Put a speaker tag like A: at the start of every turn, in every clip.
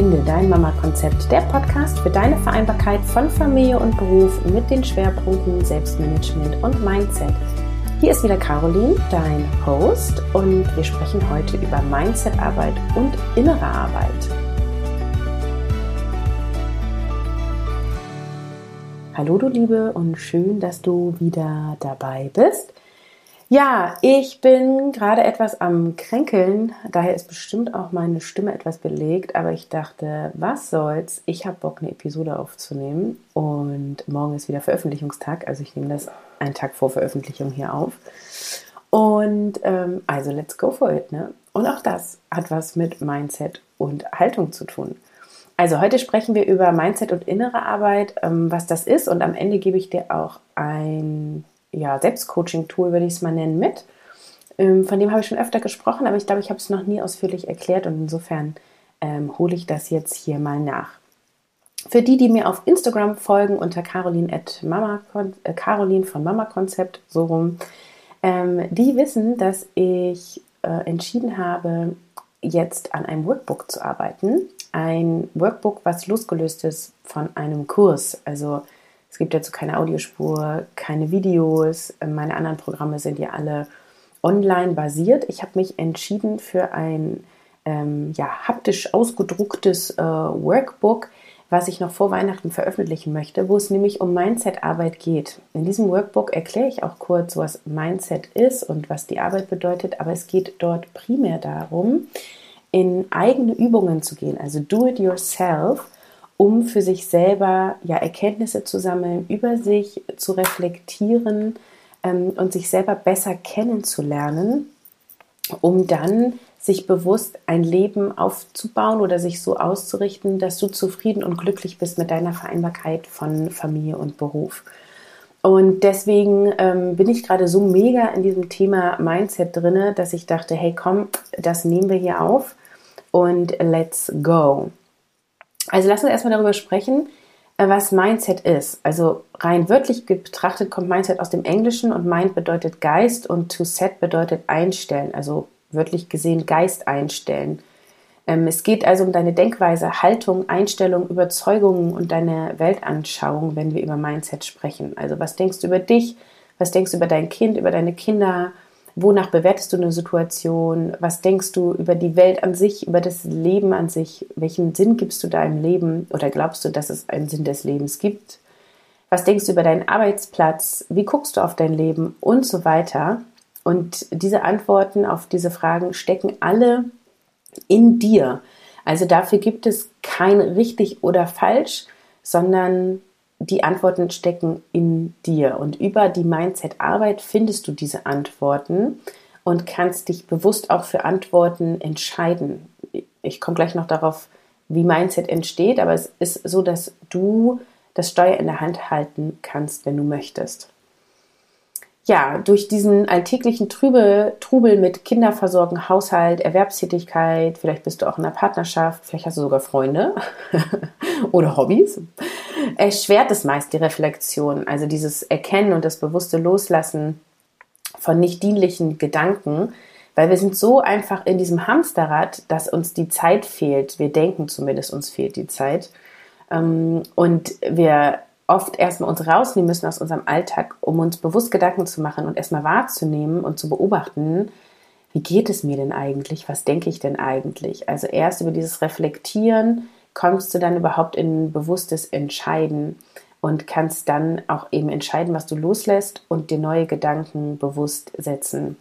A: Finde dein Mama-Konzept, der Podcast für deine Vereinbarkeit von Familie und Beruf mit den Schwerpunkten Selbstmanagement und Mindset. Hier ist wieder Caroline, dein Host, und wir sprechen heute über Mindset-Arbeit und innere Arbeit. Hallo du Liebe und schön, dass du wieder dabei bist. Ja, ich bin gerade etwas am Kränkeln, daher ist bestimmt auch meine Stimme etwas belegt, aber ich dachte, was soll's, ich habe Bock, eine Episode aufzunehmen und morgen ist wieder Veröffentlichungstag, also ich nehme das einen Tag vor Veröffentlichung hier auf und also let's go for it, ne? Und auch das hat was mit Mindset und Haltung zu tun. Also heute sprechen wir über Mindset und innere Arbeit, was das ist, und am Ende gebe ich dir auch ein Selbstcoaching-Tool, würde ich es mal nennen, mit. Von dem habe ich schon öfter gesprochen, aber ich glaube, ich habe es noch nie ausführlich erklärt und insofern hole ich das jetzt hier mal nach. Für die mir auf Instagram folgen unter Caroline von Mama Konzept, so rum, die wissen, dass ich entschieden habe, jetzt an einem Workbook zu arbeiten. Ein Workbook, was losgelöst ist von einem Kurs. Also es gibt dazu keine Audiospur, keine Videos. Meine anderen Programme sind ja alle online basiert. Ich habe mich entschieden für ein haptisch ausgedrucktes Workbook, was ich noch vor Weihnachten veröffentlichen möchte, wo es nämlich um Mindset-Arbeit geht. In diesem Workbook erkläre ich auch kurz, was Mindset ist und was die Arbeit bedeutet, aber es geht dort primär darum, in eigene Übungen zu gehen, also do it yourself, um für sich selber Erkenntnisse zu sammeln, über sich zu reflektieren und sich selber besser kennenzulernen, um dann sich bewusst ein Leben aufzubauen oder sich so auszurichten, dass du zufrieden und glücklich bist mit deiner Vereinbarkeit von Familie und Beruf. Und deswegen bin ich gerade so mega in diesem Thema Mindset drinne, dass ich dachte, hey komm, das nehmen wir hier auf und let's go. Also lass uns erstmal darüber sprechen, was Mindset ist. Also rein wörtlich betrachtet kommt Mindset aus dem Englischen und Mind bedeutet Geist und to set bedeutet einstellen, also wörtlich gesehen Geist einstellen. Es geht also um deine Denkweise, Haltung, Einstellung, Überzeugungen und deine Weltanschauung, wenn wir über Mindset sprechen. Also was denkst du über dich, was denkst du über dein Kind, über deine Kinder, wonach bewertest du eine Situation, was denkst du über die Welt an sich, über das Leben an sich, welchen Sinn gibst du deinem Leben oder glaubst du, dass es einen Sinn des Lebens gibt, was denkst du über deinen Arbeitsplatz, wie guckst du auf dein Leben und so weiter. Und diese Antworten auf diese Fragen stecken alle in dir. Also dafür gibt es kein richtig oder falsch, sondern die Antworten stecken in dir. Und über die Mindset-Arbeit findest du diese Antworten und kannst dich bewusst auch für Antworten entscheiden. Ich komme gleich noch darauf, wie Mindset entsteht, aber es ist so, dass du das Steuer in der Hand halten kannst, wenn du möchtest. Ja, durch diesen alltäglichen Trubel mit Kinderversorgung, Haushalt, Erwerbstätigkeit, vielleicht bist du auch in einer Partnerschaft, vielleicht hast du sogar Freunde oder Hobbys, erschwert es meist die Reflexion, also dieses Erkennen und das bewusste Loslassen von nicht dienlichen Gedanken, weil wir sind so einfach in diesem Hamsterrad, dass uns die Zeit fehlt. Wir denken zumindest, uns fehlt die Zeit. Und wir oft erstmal uns rausnehmen müssen aus unserem Alltag, um uns bewusst Gedanken zu machen und erstmal wahrzunehmen und zu beobachten, wie geht es mir denn eigentlich, was denke ich denn eigentlich? Also erst über dieses Reflektieren kommst du dann überhaupt in ein bewusstes Entscheiden und kannst dann auch eben entscheiden, was du loslässt und dir neue Gedanken bewusst setzen.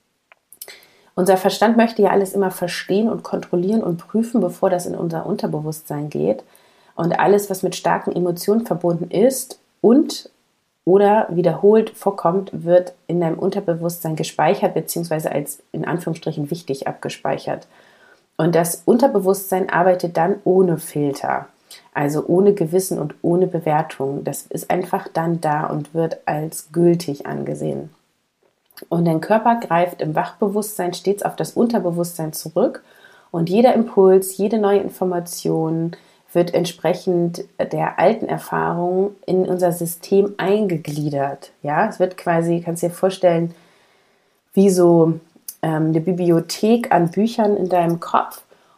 A: Unser Verstand möchte ja alles immer verstehen und kontrollieren und prüfen, bevor das in unser Unterbewusstsein geht. Und alles, was mit starken Emotionen verbunden ist und oder wiederholt vorkommt, wird in deinem Unterbewusstsein gespeichert bzw. als in Anführungsstrichen wichtig abgespeichert. Und das Unterbewusstsein arbeitet dann ohne Filter, also ohne Gewissen und ohne Bewertung. Das ist einfach dann da und wird als gültig angesehen. Und dein Körper greift im Wachbewusstsein stets auf das Unterbewusstsein zurück und jeder Impuls, jede neue Information wird entsprechend der alten Erfahrung in unser System eingegliedert. Ja, es wird quasi, kannst du dir vorstellen, wie so eine Bibliothek an Büchern in deinem Kopf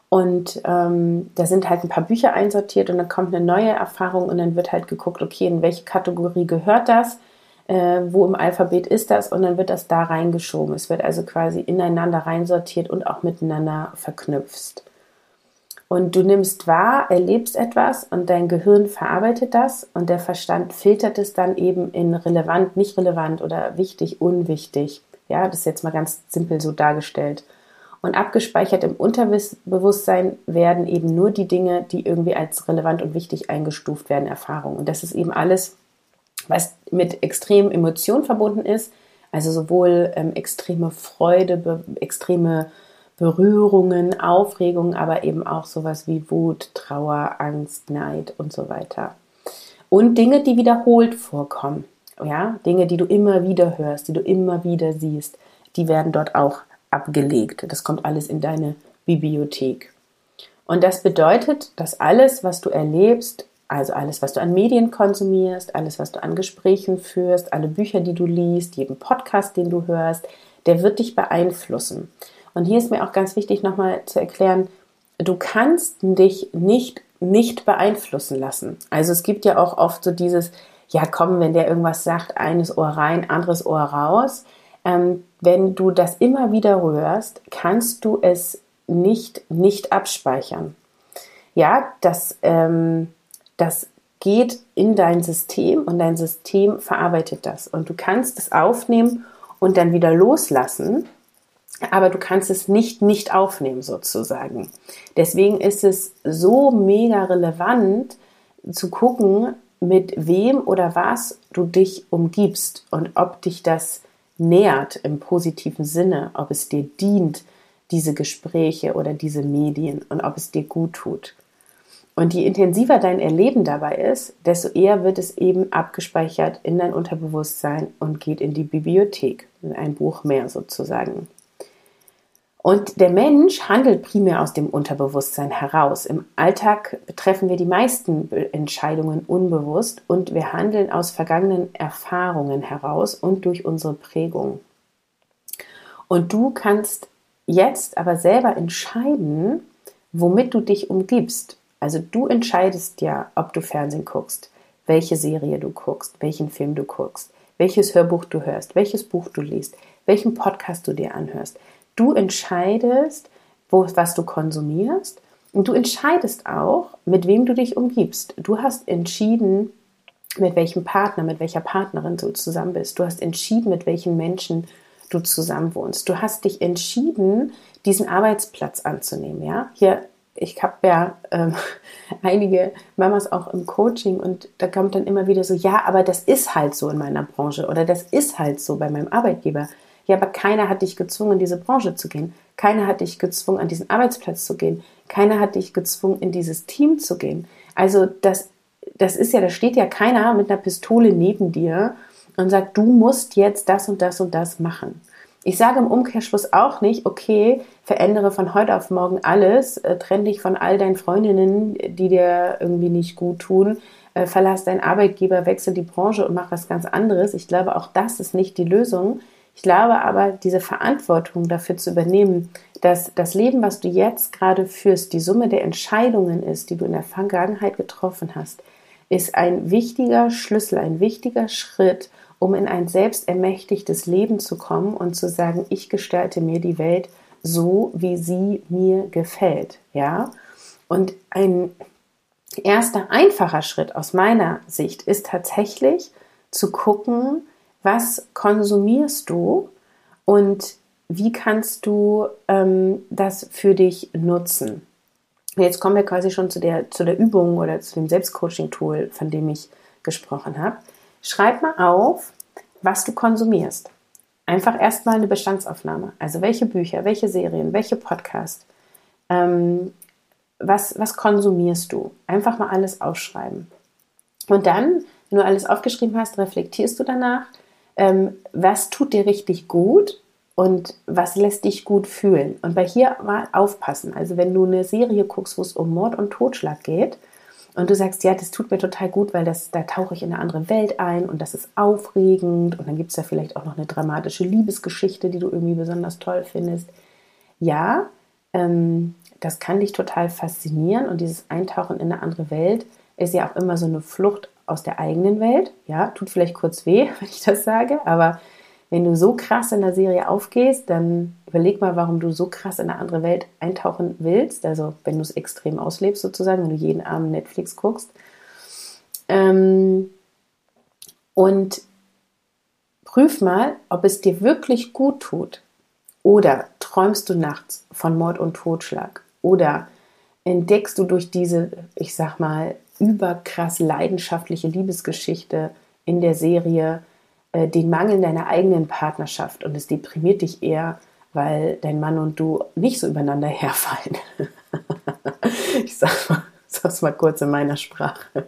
A: Und da sind halt ein paar Bücher einsortiert und dann kommt eine neue Erfahrung und dann wird halt geguckt, okay, in welche Kategorie gehört das, wo im Alphabet ist das und dann wird das da reingeschoben. Es wird also quasi ineinander reinsortiert und auch miteinander verknüpft. Und du nimmst wahr, erlebst etwas und dein Gehirn verarbeitet das und der Verstand filtert es dann eben in relevant, nicht relevant oder wichtig, unwichtig. Ja, das ist jetzt mal ganz simpel so dargestellt. Und abgespeichert im Unterbewusstsein werden eben nur die Dinge, die irgendwie als relevant und wichtig eingestuft werden, Erfahrungen. Und das ist eben alles, was mit extremen Emotionen verbunden ist, also sowohl extreme Freude, extreme Berührungen, Aufregungen, aber eben auch sowas wie Wut, Trauer, Angst, Neid und so weiter. Und Dinge, die wiederholt vorkommen. Ja, Dinge, die du immer wieder hörst, die du immer wieder siehst, die werden dort auch abgelegt. Das kommt alles in deine Bibliothek. Und das bedeutet, dass alles, was du erlebst, also alles, was du an Medien konsumierst, alles, was du an Gesprächen führst, alle Bücher, die du liest, jeden Podcast, den du hörst, der wird dich beeinflussen. Und hier ist mir auch ganz wichtig, nochmal zu erklären, du kannst dich nicht beeinflussen lassen. Also es gibt ja auch oft so dieses, ja komm, wenn der irgendwas sagt, eines Ohr rein, anderes Ohr raus. Wenn du das immer wieder hörst, kannst du es nicht abspeichern. Ja, das geht in dein System und dein System verarbeitet das. Und du kannst es aufnehmen und dann wieder loslassen, aber du kannst es nicht aufnehmen sozusagen. Deswegen ist es so mega relevant zu gucken, mit wem oder was du dich umgibst und ob dich das nährt im positiven Sinne, ob es dir dient, diese Gespräche oder diese Medien und ob es dir gut tut. Und je intensiver dein Erleben dabei ist, desto eher wird es eben abgespeichert in dein Unterbewusstsein und geht in die Bibliothek, in ein Buch mehr sozusagen. Und der Mensch handelt primär aus dem Unterbewusstsein heraus. Im Alltag treffen wir die meisten Entscheidungen unbewusst und wir handeln aus vergangenen Erfahrungen heraus und durch unsere Prägung. Und du kannst jetzt aber selber entscheiden, womit du dich umgibst. Also du entscheidest ja, ob du Fernsehen guckst, welche Serie du guckst, welchen Film du guckst, welches Hörbuch du hörst, welches Buch du liest, welchen Podcast du dir anhörst. Du entscheidest, was du konsumierst und du entscheidest auch, mit wem du dich umgibst. Du hast entschieden, mit welchem Partner, mit welcher Partnerin du zusammen bist. Du hast entschieden, mit welchen Menschen du zusammen wohnst. Du hast dich entschieden, diesen Arbeitsplatz anzunehmen. Ja? Hier, ich habe ja einige Mamas auch im Coaching und da kommt dann immer wieder so, ja, aber das ist halt so in meiner Branche oder das ist halt so bei meinem Arbeitgeber. Ja, aber keiner hat dich gezwungen, in diese Branche zu gehen. Keiner hat dich gezwungen, an diesen Arbeitsplatz zu gehen. Keiner hat dich gezwungen, in dieses Team zu gehen. Also das ist ja, da steht ja keiner mit einer Pistole neben dir und sagt, du musst jetzt das und das und das machen. Ich sage im Umkehrschluss auch nicht, okay, verändere von heute auf morgen alles, trenn dich von all deinen Freundinnen, die dir irgendwie nicht gut tun, verlass deinen Arbeitgeber, wechsel die Branche und mach was ganz anderes. Ich glaube, auch das ist nicht die Lösung. Ich glaube aber, diese Verantwortung dafür zu übernehmen, dass das Leben, was du jetzt gerade führst, die Summe der Entscheidungen ist, die du in der Vergangenheit getroffen hast, ist ein wichtiger Schlüssel, ein wichtiger Schritt, um in ein selbstermächtigtes Leben zu kommen und zu sagen, ich gestalte mir die Welt so, wie sie mir gefällt. Ja? Und ein erster einfacher Schritt aus meiner Sicht ist tatsächlich zu gucken, was konsumierst du und wie kannst du das für dich nutzen? Jetzt kommen wir quasi schon zu der Übung oder zu dem Selbstcoaching-Tool, von dem ich gesprochen habe. Schreib mal auf, was du konsumierst. Einfach erstmal eine Bestandsaufnahme. Also welche Bücher, welche Serien, welche Podcasts. Was konsumierst du? Einfach mal alles aufschreiben. Und dann, wenn du alles aufgeschrieben hast, reflektierst du danach, was tut dir richtig gut und was lässt dich gut fühlen. Und bei hier mal aufpassen. Also wenn du eine Serie guckst, wo es um Mord und Totschlag geht und du sagst, ja, das tut mir total gut, weil da tauche ich in eine andere Welt ein und das ist aufregend und dann gibt es ja vielleicht auch noch eine dramatische Liebesgeschichte, die du irgendwie besonders toll findest. Ja, Das kann dich total faszinieren und dieses Eintauchen in eine andere Welt ist ja auch immer so eine Flucht aus der eigenen Welt. Ja, tut vielleicht kurz weh, wenn ich das sage, aber wenn du so krass in der Serie aufgehst, dann überleg mal, warum du so krass in eine andere Welt eintauchen willst. Also wenn du es extrem auslebst sozusagen, wenn du jeden Abend Netflix guckst. Und prüf mal, ob es dir wirklich gut tut. Oder träumst du nachts von Mord und Totschlag? Oder entdeckst du durch diese, ich sag mal, überkrass leidenschaftliche Liebesgeschichte in der Serie den Mangel deiner eigenen Partnerschaft und es deprimiert dich eher, weil dein Mann und du nicht so übereinander herfallen. Ich sag's mal kurz in meiner Sprache.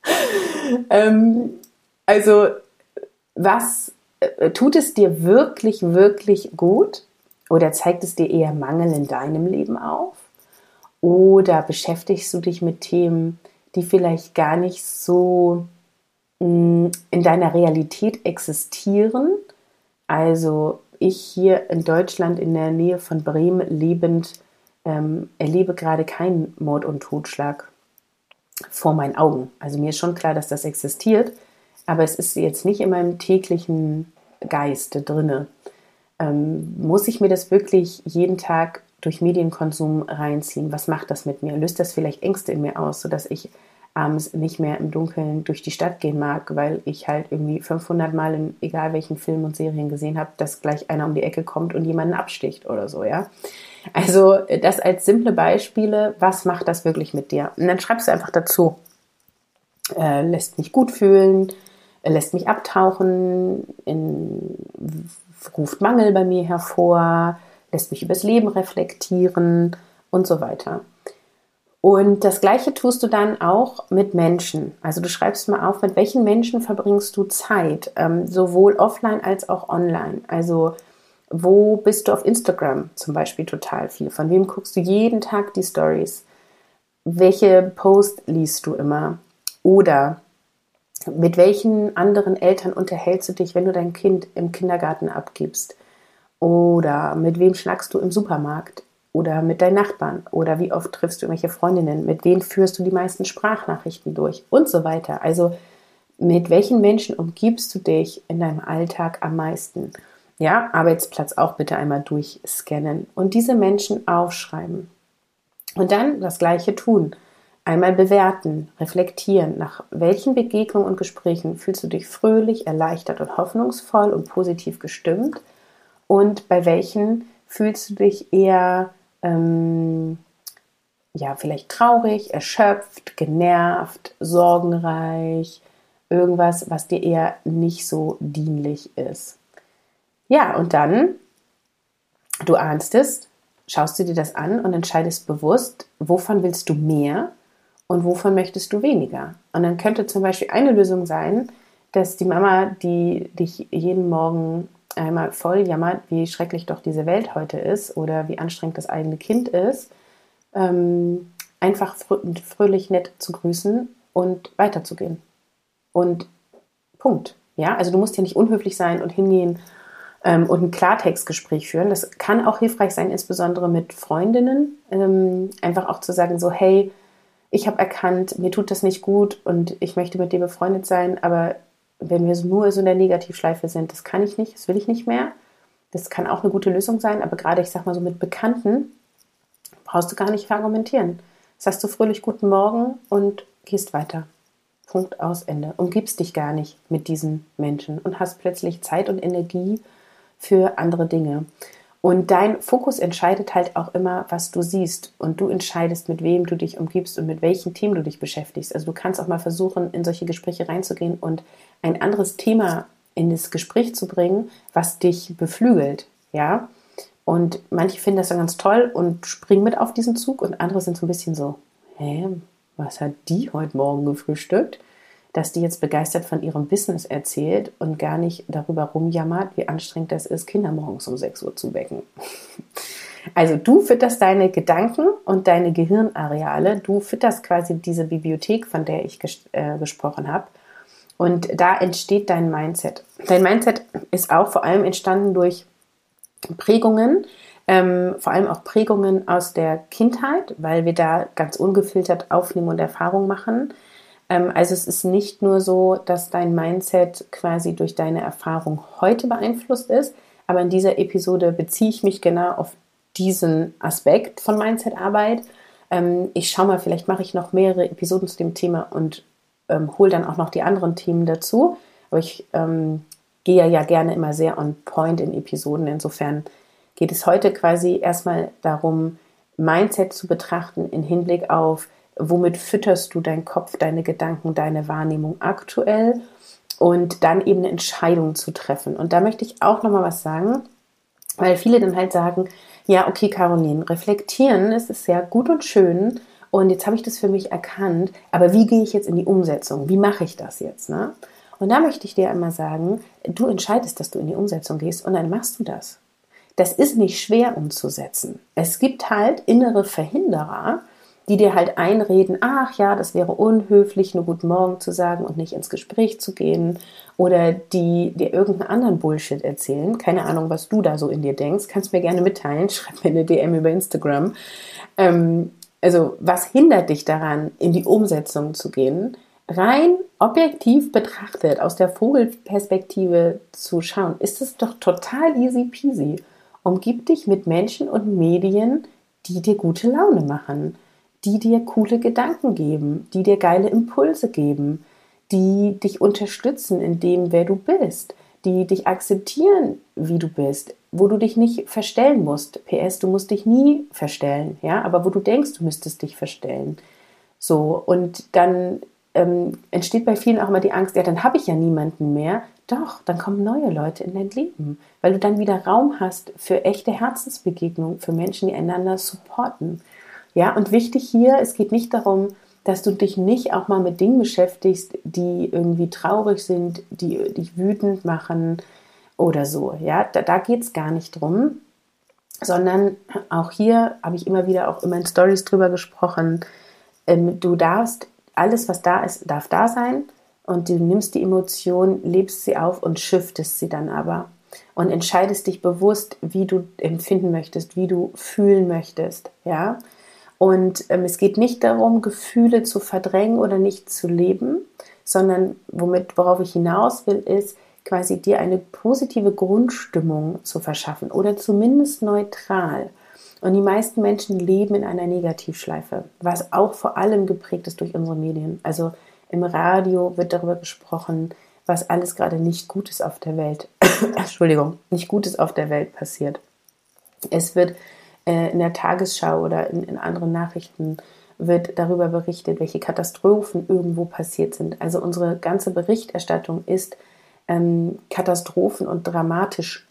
A: Also, was tut es dir wirklich, wirklich gut? Oder zeigt es dir eher Mangel in deinem Leben auf? Oder beschäftigst du dich mit Themen, die vielleicht gar nicht so in deiner Realität existieren? Also ich hier in Deutschland in der Nähe von Bremen lebend erlebe gerade keinen Mord und Totschlag vor meinen Augen. Also mir ist schon klar, dass das existiert, aber es ist jetzt nicht in meinem täglichen Geist drinne. Muss ich mir das wirklich jeden Tag durch Medienkonsum reinziehen? Was macht das mit mir? Löst das vielleicht Ängste in mir aus, sodass ich abends nicht mehr im Dunkeln durch die Stadt gehen mag, weil ich halt irgendwie 500 Mal in egal welchen Filmen und Serien gesehen habe, dass gleich einer um die Ecke kommt und jemanden absticht oder so, ja? Also das als simple Beispiele, was macht das wirklich mit dir? Und dann schreibst du einfach dazu, lässt mich gut fühlen, lässt mich abtauchen, ruft Mangel bei mir hervor, lässt mich übers Leben reflektieren und so weiter. Und das Gleiche tust du dann auch mit Menschen. Also du schreibst mal auf, mit welchen Menschen verbringst du Zeit, sowohl offline als auch online. Also wo bist du auf Instagram zum Beispiel total viel? Von wem guckst du jeden Tag die Stories? Welche Posts liest du immer? Oder mit welchen anderen Eltern unterhältst du dich, wenn du dein Kind im Kindergarten abgibst? Oder mit wem schnackst du im Supermarkt? Oder mit deinen Nachbarn? Oder wie oft triffst du irgendwelche Freundinnen? Mit wem führst du die meisten Sprachnachrichten durch? Und so weiter. Also mit welchen Menschen umgibst du dich in deinem Alltag am meisten? Ja, Arbeitsplatz auch bitte einmal durchscannen und diese Menschen aufschreiben. Und dann das Gleiche tun. Einmal bewerten, reflektieren, nach welchen Begegnungen und Gesprächen fühlst du dich fröhlich, erleichtert und hoffnungsvoll und positiv gestimmt und bei welchen fühlst du dich eher vielleicht traurig, erschöpft, genervt, sorgenreich, irgendwas, was dir eher nicht so dienlich ist. Ja, und dann, du ahnst es, schaust du dir das an und entscheidest bewusst, wovon willst du mehr und wovon möchtest du weniger. Und dann könnte zum Beispiel eine Lösung sein, dass die Mama, die dich jeden Morgen einmal voll jammert, wie schrecklich doch diese Welt heute ist oder wie anstrengend das eigene Kind ist, einfach fröhlich nett zu grüßen und weiterzugehen. Und Punkt. Ja, also du musst ja nicht unhöflich sein und hingehen und ein Klartextgespräch führen. Das kann auch hilfreich sein, insbesondere mit Freundinnen. Einfach auch zu sagen so, hey, ich habe erkannt, mir tut das nicht gut und ich möchte mit dir befreundet sein, aber wenn wir nur so in der Negativschleife sind, das kann ich nicht, das will ich nicht mehr. Das kann auch eine gute Lösung sein, aber gerade, ich sag mal so mit Bekannten, brauchst du gar nicht verargumentieren. Sagst du fröhlich guten Morgen und gehst weiter. Punkt, aus, Ende. Umgibst dich gar nicht mit diesen Menschen und hast plötzlich Zeit und Energie für andere Dinge. Und dein Fokus entscheidet halt auch immer, was du siehst. Und du entscheidest, mit wem du dich umgibst und mit welchen Themen du dich beschäftigst. Also du kannst auch mal versuchen, in solche Gespräche reinzugehen und ein anderes Thema in das Gespräch zu bringen, was dich beflügelt. Ja? Und manche finden das dann ganz toll und springen mit auf diesen Zug und andere sind so ein bisschen so, was hat die heute Morgen gefrühstückt? Dass die jetzt begeistert von ihrem Business erzählt und gar nicht darüber rumjammert, wie anstrengend das ist, Kinder morgens um 6 Uhr zu wecken. Also du fütterst deine Gedanken und deine Gehirnareale, du fütterst quasi diese Bibliothek, von der ich gesprochen habe. Und da entsteht dein Mindset. Dein Mindset ist auch vor allem entstanden durch Prägungen, vor allem auch Prägungen aus der Kindheit, weil wir da ganz ungefiltert aufnehmen und Erfahrung machen. Also es ist nicht nur so, dass dein Mindset quasi durch deine Erfahrung heute beeinflusst ist, aber in dieser Episode beziehe ich mich genau auf diesen Aspekt von Mindset-Arbeit. Ich schaue mal, vielleicht mache ich noch mehrere Episoden zu dem Thema und hole dann auch noch die anderen Themen dazu. Aber ich gehe ja gerne immer sehr on point in Episoden. Insofern geht es heute quasi erstmal darum, Mindset zu betrachten im Hinblick auf, womit fütterst du deinen Kopf, deine Gedanken, deine Wahrnehmung aktuell und dann eben eine Entscheidung zu treffen. Und da möchte ich auch nochmal was sagen, weil viele dann halt sagen, ja, okay, Caroline, reflektieren ist sehr gut und schön und jetzt habe ich das für mich erkannt, aber wie gehe ich jetzt in die Umsetzung? Wie mache ich das jetzt? Ne? Und da möchte ich dir einmal sagen, du entscheidest, dass du in die Umsetzung gehst und dann machst du das. Das ist nicht schwer umzusetzen. Es gibt halt innere Verhinderer, die dir halt einreden, ach ja, das wäre unhöflich, nur Guten Morgen zu sagen und nicht ins Gespräch zu gehen, oder die dir irgendeinen anderen Bullshit erzählen. Keine Ahnung, was du da so in dir denkst. Kannst mir gerne mitteilen. Schreib mir eine DM über Instagram. Also was hindert dich daran, in die Umsetzung zu gehen? Rein objektiv betrachtet, aus der Vogelperspektive zu schauen, ist es doch total easy peasy. Umgib dich mit Menschen und Medien, die dir gute Laune machen, die dir coole Gedanken geben, die dir geile Impulse geben, die dich unterstützen in dem, wer du bist, die dich akzeptieren, wie du bist, wo du dich nicht verstellen musst. PS, du musst dich nie verstellen, ja, aber wo du denkst, du müsstest dich verstellen. So, und dann entsteht bei vielen auch immer die Angst, ja, dann habe ich ja niemanden mehr. Doch, dann kommen neue Leute in dein Leben, weil du dann wieder Raum hast für echte Herzensbegegnungen, für Menschen, die einander supporten. Ja, und wichtig hier, es geht nicht darum, dass du dich nicht auch mal mit Dingen beschäftigst, die irgendwie traurig sind, die dich wütend machen oder so. Ja, da geht es gar nicht drum, sondern auch hier habe ich immer wieder auch in meinen Stories drüber gesprochen, du darfst, alles was da ist, darf da sein und du nimmst die Emotion, lebst sie auf und shiftest sie dann aber und entscheidest dich bewusst, wie du empfinden möchtest, wie du fühlen möchtest, ja. Und es geht nicht darum, Gefühle zu verdrängen oder nicht zu leben, sondern worauf ich hinaus will, ist quasi dir eine positive Grundstimmung zu verschaffen oder zumindest neutral. Und die meisten Menschen leben in einer Negativschleife, was auch vor allem geprägt ist durch unsere Medien. Also im Radio wird darüber gesprochen, was alles gerade nicht Gutes auf der Welt, Entschuldigung, nicht Gutes auf der Welt passiert. Es wird in der Tagesschau oder in anderen Nachrichten wird darüber berichtet, welche Katastrophen irgendwo passiert sind. Also unsere ganze Berichterstattung ist katastrophen- und dramatisch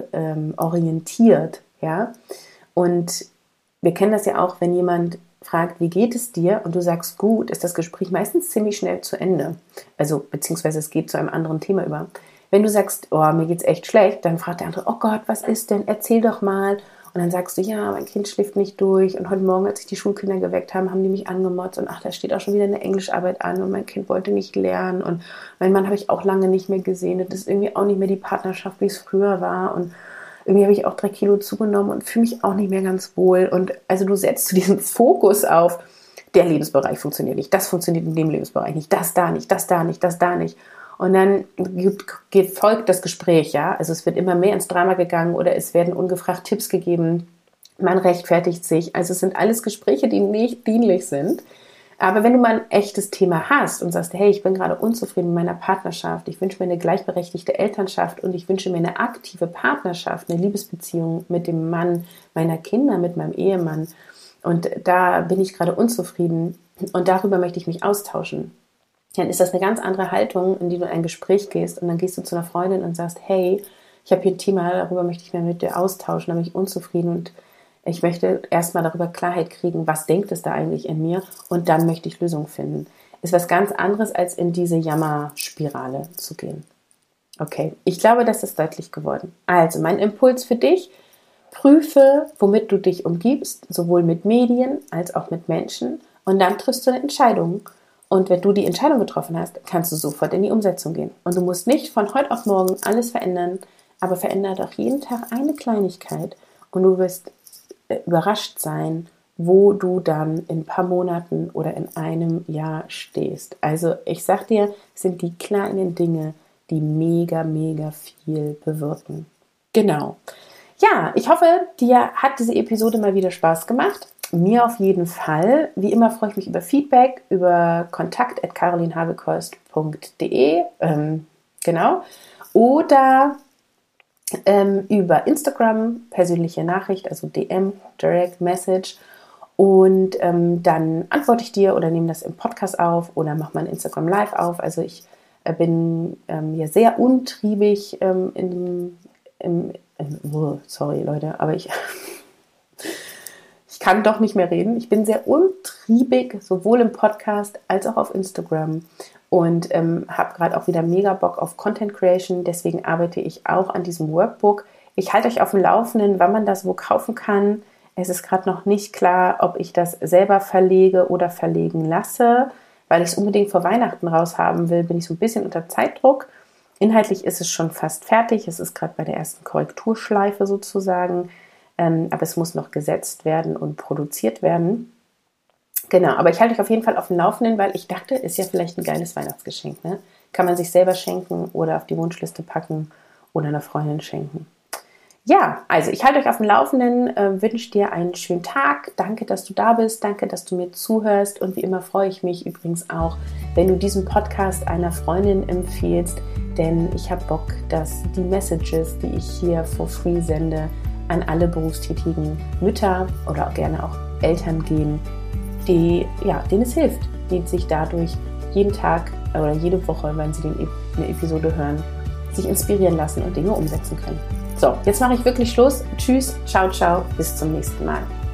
A: orientiert. Ja? Und wir kennen das ja auch, wenn jemand fragt, wie geht es dir? Und du sagst gut, ist das Gespräch meistens ziemlich schnell zu Ende. Also beziehungsweise es geht zu einem anderen Thema über. Wenn du sagst, oh, mir geht's echt schlecht, dann fragt der andere, oh Gott, was ist denn? Erzähl doch mal. Und dann sagst du, ja, mein Kind schläft nicht durch und heute Morgen, als sich die Schulkinder geweckt haben, haben die mich angemotzt und ach, da steht auch schon wieder eine Englischarbeit an und mein Kind wollte nicht lernen und meinen Mann habe ich auch lange nicht mehr gesehen. Das ist irgendwie auch nicht mehr die Partnerschaft, wie es früher war und irgendwie habe ich auch 3 Kilo zugenommen und fühle mich auch nicht mehr ganz wohl. Und also du setzt diesen Fokus auf, der Lebensbereich funktioniert nicht, das funktioniert in dem Lebensbereich nicht, das da nicht, das da nicht, das da nicht. Und dann folgt das Gespräch, ja. Also es wird immer mehr ins Drama gegangen oder es werden ungefragt Tipps gegeben. Man rechtfertigt sich. Also es sind alles Gespräche, die nicht dienlich sind. Aber wenn du mal ein echtes Thema hast und sagst, hey, ich bin gerade unzufrieden mit meiner Partnerschaft, ich wünsche mir eine gleichberechtigte Elternschaft und ich wünsche mir eine aktive Partnerschaft, eine Liebesbeziehung mit dem Mann meiner Kinder, mit meinem Ehemann und da bin ich gerade unzufrieden und darüber möchte ich mich austauschen, dann ist das eine ganz andere Haltung, in die du in ein Gespräch gehst und dann gehst du zu einer Freundin und sagst, hey, ich habe hier ein Thema, darüber möchte ich mich mit dir austauschen, da bin ich unzufrieden und ich möchte erstmal darüber Klarheit kriegen, was denkt es da eigentlich in mir und dann möchte ich Lösungen finden. Ist was ganz anderes, als in diese Jammerspirale zu gehen. Okay, ich glaube, das ist deutlich geworden. Also, mein Impuls für dich, prüfe, womit du dich umgibst, sowohl mit Medien als auch mit Menschen und dann triffst du eine Entscheidung. Und wenn du die Entscheidung getroffen hast, kannst du sofort in die Umsetzung gehen. Und du musst nicht von heute auf morgen alles verändern, aber verändere doch jeden Tag eine Kleinigkeit und du wirst überrascht sein, wo du dann in ein paar Monaten oder in einem Jahr stehst. Also ich sag dir, es sind die kleinen Dinge, die mega, mega viel bewirken. Genau. Ja, ich hoffe, dir hat diese Episode mal wieder Spaß gemacht. Mir auf jeden Fall. Wie immer freue ich mich über Feedback, über kontakt@carolinhabekost.de, genau. Oder über Instagram, persönliche Nachricht, also DM, Direct Message. Und dann antworte ich dir oder nehme das im Podcast auf oder mache mal ein Instagram Live auf. Also ich bin ja sehr untriebig sorry Leute, aber ich kann doch nicht mehr reden. Ich bin sehr untriebig, sowohl im Podcast als auch auf Instagram und habe gerade auch wieder mega Bock auf Content Creation. Deswegen arbeite ich auch an diesem Workbook. Ich halte euch auf dem Laufenden, wann man das wo kaufen kann. Es ist gerade noch nicht klar, ob ich das selber verlege oder verlegen lasse. Weil ich es unbedingt vor Weihnachten raushaben will, bin ich so ein bisschen unter Zeitdruck. Inhaltlich ist es schon fast fertig. Es ist gerade bei der ersten Korrekturschleife sozusagen. Aber es muss noch gesetzt werden und produziert werden. Genau, aber ich halte euch auf jeden Fall auf dem Laufenden, weil ich dachte, ist ja vielleicht ein geiles Weihnachtsgeschenk. Ne? Kann man sich selber schenken oder auf die Wunschliste packen oder einer Freundin schenken. Ja, also ich halte euch auf dem Laufenden, wünsche dir einen schönen Tag. Danke, dass du da bist. Danke, dass du mir zuhörst. Und wie immer freue ich mich übrigens auch, wenn du diesen Podcast einer Freundin empfiehlst. Denn ich habe Bock, dass die Messages, die ich hier for free sende, an alle berufstätigen Mütter oder auch gerne auch Eltern gehen, denen es hilft, die sich dadurch jeden Tag oder jede Woche, wenn sie eine Episode hören, sich inspirieren lassen und Dinge umsetzen können. So, jetzt mache ich wirklich Schluss. Tschüss, ciao, ciao, bis zum nächsten Mal.